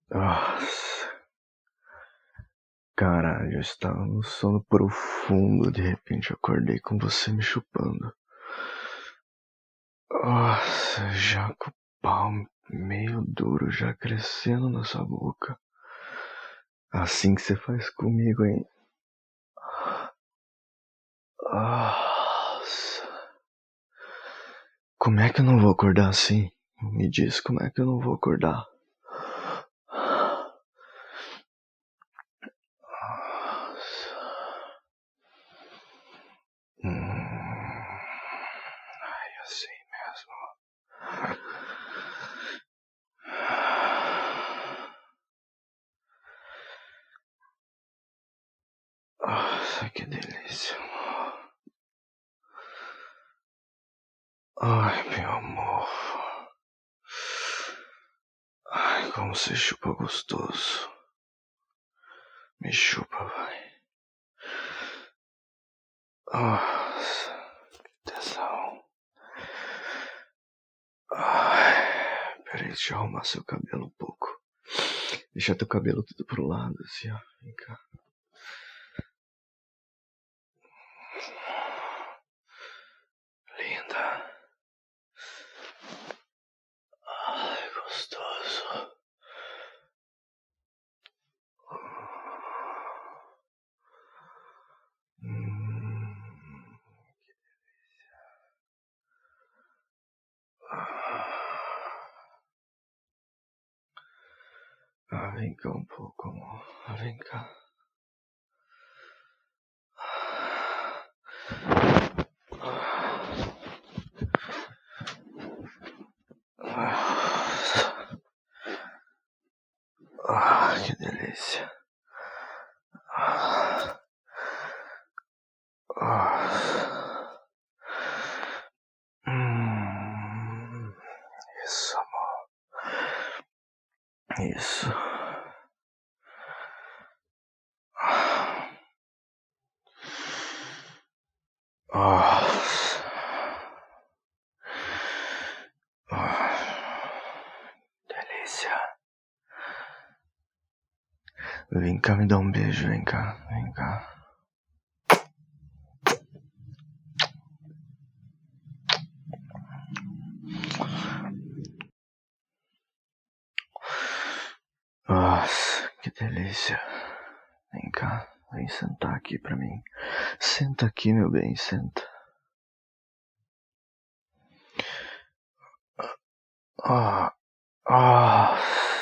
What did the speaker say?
Nossa. Caralho, eu estava no sono profundo, de repente acordei com você me chupando. Nossa, já com o pau meio duro, já crescendo na sua boca. Assim que você faz comigo, hein? Nossa. Como é que eu não vou acordar assim? Me diz, como é que eu não vou acordar? Nossa. Ai, assim mesmo. Nossa, que delícia. Ai, meu amor. Ai, como você chupa gostoso. Me chupa, vai. Nossa, que tesão. Ai, peraí, deixa eu arrumar seu cabelo um pouco. Deixa teu cabelo tudo pro lado, assim, ó. Vem cá. Linda. Ai, gostoso. Vem cá um pouco, amor. Vem cá. Que delícia. Isso, amor. Isso. Delícia. Vem cá, me dá um beijo, vem cá, vem cá. Nossa, que delícia. Vem cá, vem sentar aqui pra mim. Senta aqui, meu bem, senta. Ah,